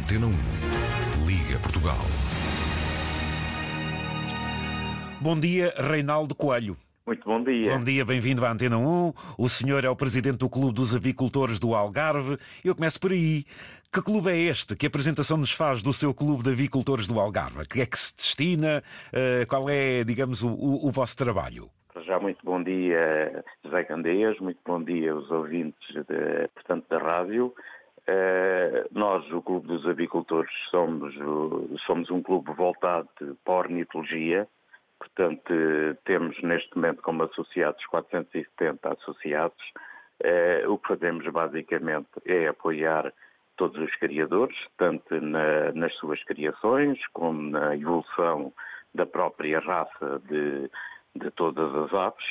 Antena 1, Liga Portugal. Bom dia, Reinaldo Coelho. Muito bom dia. Bom dia, bem-vindo à Antena 1. O senhor é o presidente do Clube dos Avicultores do Algarve. Eu começo por aí. Que clube é este? Que apresentação nos faz do seu Clube de Avicultores do Algarve? A que é que se destina? Qual é, digamos, o vosso trabalho? Já muito bom dia, José Candeias, muito bom dia aos ouvintes portanto, da rádio. Nós, o Clube dos Avicultores, somos um clube voltado para a ornitologia. Portanto, temos neste momento como associados 470 associados. O que fazemos basicamente é apoiar todos os criadores, tanto nas suas criações como na evolução da própria raça de todas as aves.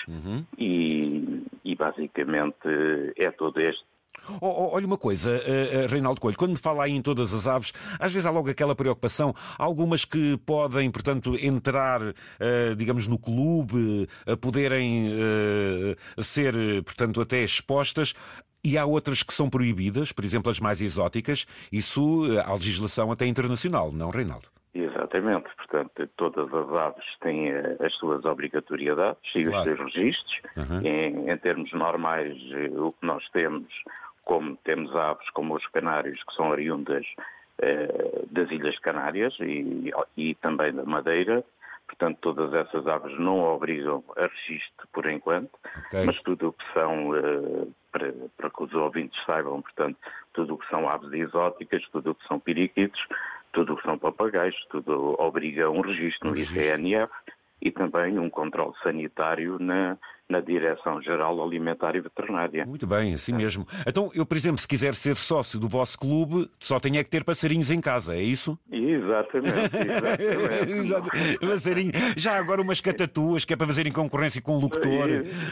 E basicamente é todo este. Olha uma coisa, Reinaldo Coelho, quando me fala aí em todas as aves, às vezes há logo aquela preocupação, há algumas que podem, portanto, entrar, digamos, no clube, poderem ser, portanto, até expostas, e há outras que são proibidas, por exemplo, as mais exóticas. Isso há legislação até internacional, não, Reinaldo? Exatamente, portanto, todas as aves têm as suas obrigatoriedades e os seus registros. Em termos normais, o que nós temos, como temos aves como os canários, que são oriundas das Ilhas Canárias e também da Madeira. Portanto, todas essas aves não obrigam a registro por enquanto, mas tudo o que são, para que os ouvintes saibam, portanto, tudo o que são aves exóticas, tudo o que são periquitos, tudo o que são papagaios, tudo obriga um registro no ICNF e também um controle sanitário na Direção-Geral Alimentar e Veterinária. Muito bem, assim mesmo. Então, eu, por exemplo, se quiser ser sócio do vosso clube, só tenho é que ter passarinhos em casa, é isso? Exatamente. Passarinho. Já agora umas catatuas, que é para fazerem concorrência com o locutor.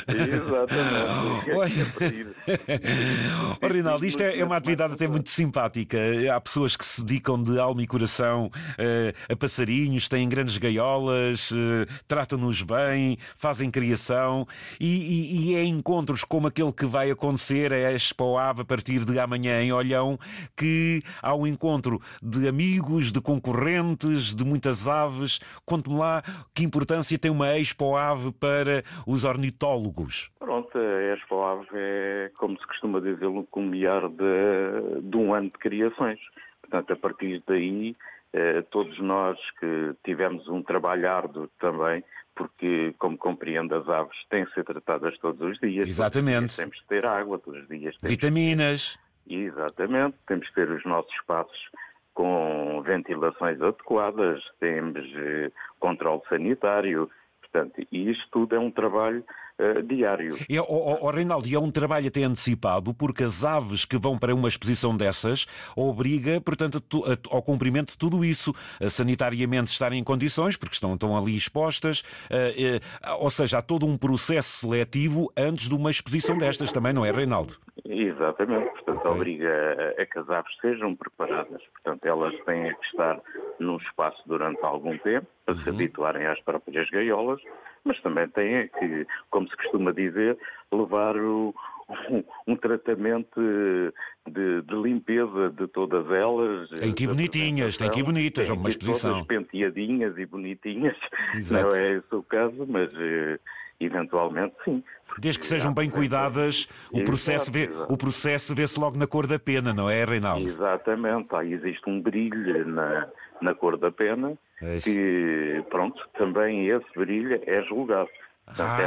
Exatamente. Reinaldo, isto é uma atividade até muito simpática. Há pessoas que se dedicam de alma e coração a passarinhos, têm grandes gaiolas, tratam-nos bem, fazem criação. E é encontros como aquele que vai acontecer a Expo Ave a partir de amanhã em Olhão, que há um encontro de amigos, de concorrentes, de muitas aves. Conte-me lá que importância tem uma Expo Ave para os ornitólogos. Pronto, a Expo Ave é, como se costuma dizer, um culminar de um ano de criações. Portanto, a partir daí, todos nós que tivemos um trabalho árduo também, porque, como compreende, as aves têm que ser tratadas todos os dias. Exatamente. Todos os dias temos que ter água, todos os dias temos vitaminas. Exatamente. Temos que ter os nossos espaços com ventilações adequadas, temos controle sanitário. Portanto, e isto tudo é um trabalho diário. Reinaldo, e é um trabalho até antecipado, porque as aves que vão para uma exposição dessas obriga, portanto, ao cumprimento de tudo isso, sanitariamente estarem em condições, porque estão ali expostas, ou seja, há todo um processo seletivo antes de uma exposição destas também, não é, Reinaldo? Exatamente, portanto, obriga a que as aves sejam preparadas. Portanto, elas têm que estar num espaço durante algum tempo, para se habituarem às próprias gaiolas, mas também têm que, como se costuma dizer, levar um tratamento de limpeza de todas elas. Tem que ir bonitinhas, uma exposição. Todas penteadinhas e bonitinhas. Exato. Não é esse o caso, mas eventualmente sim. Desde que sejam bem cuidadas, o processo vê-se logo na cor da pena, não é, Reinaldo? Exatamente, aí existe um brilho na cor da pena, que, pronto, também esse brilho é julgado. Portanto,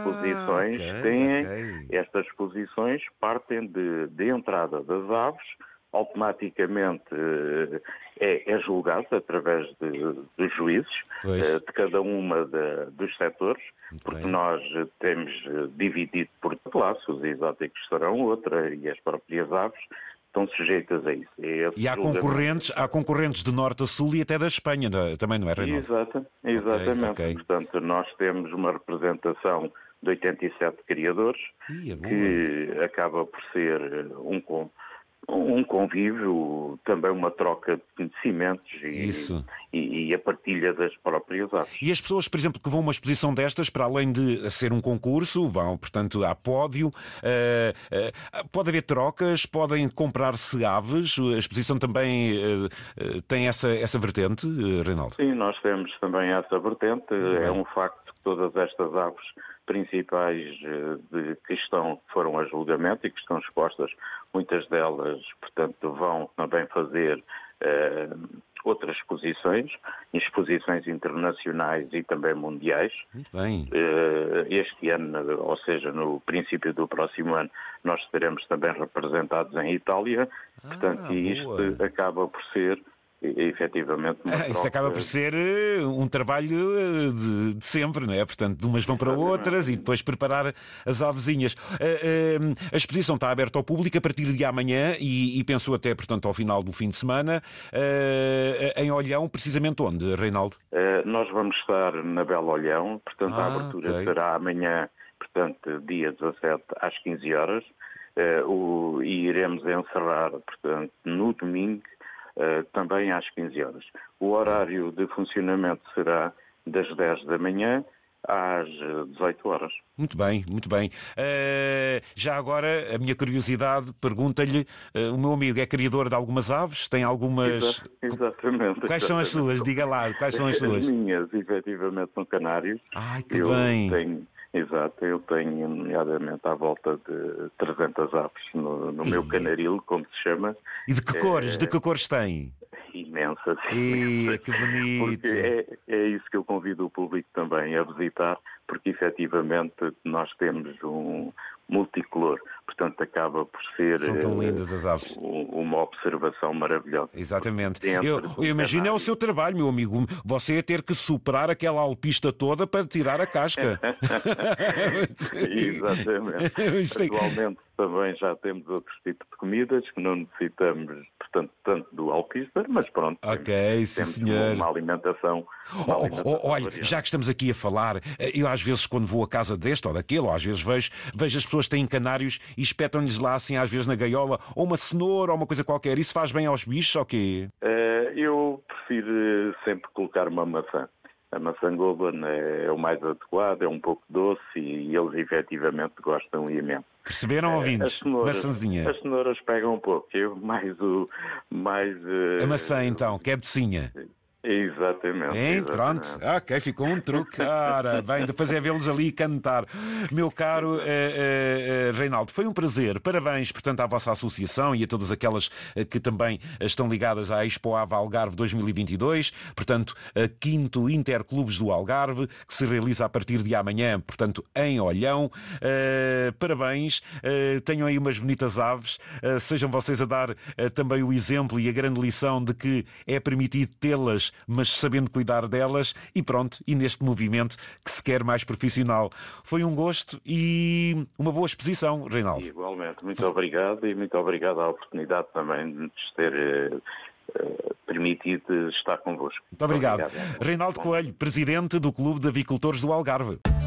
estas exposições partem de entrada das aves, automaticamente é julgado através dos juízes de cada uma dos setores, porque nós temos dividido por classe, os exóticos serão outra e as próprias aves estão sujeitas a isso. E há concorrentes de norte a sul e até da Espanha, também, não é, Reinaldo? Exatamente. Okay. Portanto, nós temos uma representação de 87 criadores, que acaba por ser um convívio, também uma troca de conhecimentos e a partilha das próprias aves. E as pessoas, por exemplo, que vão a uma exposição destas, para além de ser um concurso, vão, portanto, a pódio, pode haver trocas, podem comprar-se aves, a exposição também tem essa vertente, Reinaldo? Sim, nós temos também essa vertente, é um facto que todas estas aves principais que foram a julgamento e que estão expostas, muitas delas, portanto, vão também fazer outras exposições internacionais e também mundiais. Muito bem. Este ano, ou seja, no princípio do próximo ano, nós estaremos também representados em Itália, portanto, isto acaba por ser efetivamente isto acaba por ser um trabalho de sempre, não é? Portanto, de umas vão para outras e depois preparar as avezinhas. A exposição está aberta ao público a partir de amanhã e penso até, portanto, ao final do fim de semana, em Olhão, precisamente onde, Reinaldo? Nós vamos estar na Bela Olhão, portanto a abertura será amanhã, portanto, dia 17 às 15 horas e iremos encerrar, portanto, no domingo, também às 15 horas. O horário de funcionamento será das 10 da manhã às 18 horas. Muito bem, muito bem. Já agora, a minha curiosidade, pergunta-lhe, o meu amigo é criador de algumas aves? Tem algumas... Exatamente. Quais são as suas? Diga lá, quais são as suas? As minhas, efetivamente, são canários. Ai, que bem! Exato, eu tenho, nomeadamente, à volta de 300 aves no meu canaril, como se chama. E de que cores? De que cores tem? Imensas. Que bonito! Porque é isso que eu convido o público também a visitar, porque efetivamente nós temos um multicolor, portanto acaba por ser São tão lindas as aves. Uma observação maravilhosa. Exatamente. Eu imagino é o seu trabalho, meu amigo, você ter que soprar aquela alpista toda para tirar a casca. Exatamente. Atualmente também já temos outros tipos de comidas que não necessitamos, portanto, tanto do alpista, mas pronto, temos senhor. Uma alimentação. Olha, já que estamos aqui a falar, eu às vezes quando vou à casa deste ou daquele, ou às vezes vejo as pessoas que têm canários e espetam-lhes lá assim às vezes na gaiola, ou uma cenoura ou uma coisa qualquer. Isso faz bem aos bichos ou quê? Eu prefiro sempre colocar uma maçã. A maçã golden é o mais adequado, é um pouco doce e eles efetivamente gostam imenso. Perceberam, ouvintes? Maçãzinha. As cenouras pegam um pouco, a maçã então, que é docinha. Exatamente. Pronto, ok, ficou um truque. Ora, bem, depois é vê-los ali cantar. Meu caro Reinaldo, foi um prazer. Parabéns, portanto, à vossa associação e a todas aquelas que também estão ligadas à Expo Ave Algarve 2022. Portanto, a 5º Interclubes do Algarve, que se realiza a partir de amanhã, portanto, em Olhão. Parabéns. Tenham aí umas bonitas aves. Sejam vocês a dar também o exemplo e a grande lição de que é permitido tê-las, mas sabendo cuidar delas e pronto, e neste movimento que se quer mais profissional. Foi um gosto e uma boa exposição, Reinaldo. Igualmente, muito obrigado e muito obrigado à oportunidade também de nos ter permitido estar convosco. Muito obrigado. Reinaldo Coelho, presidente do Clube de Avicultores do Algarve.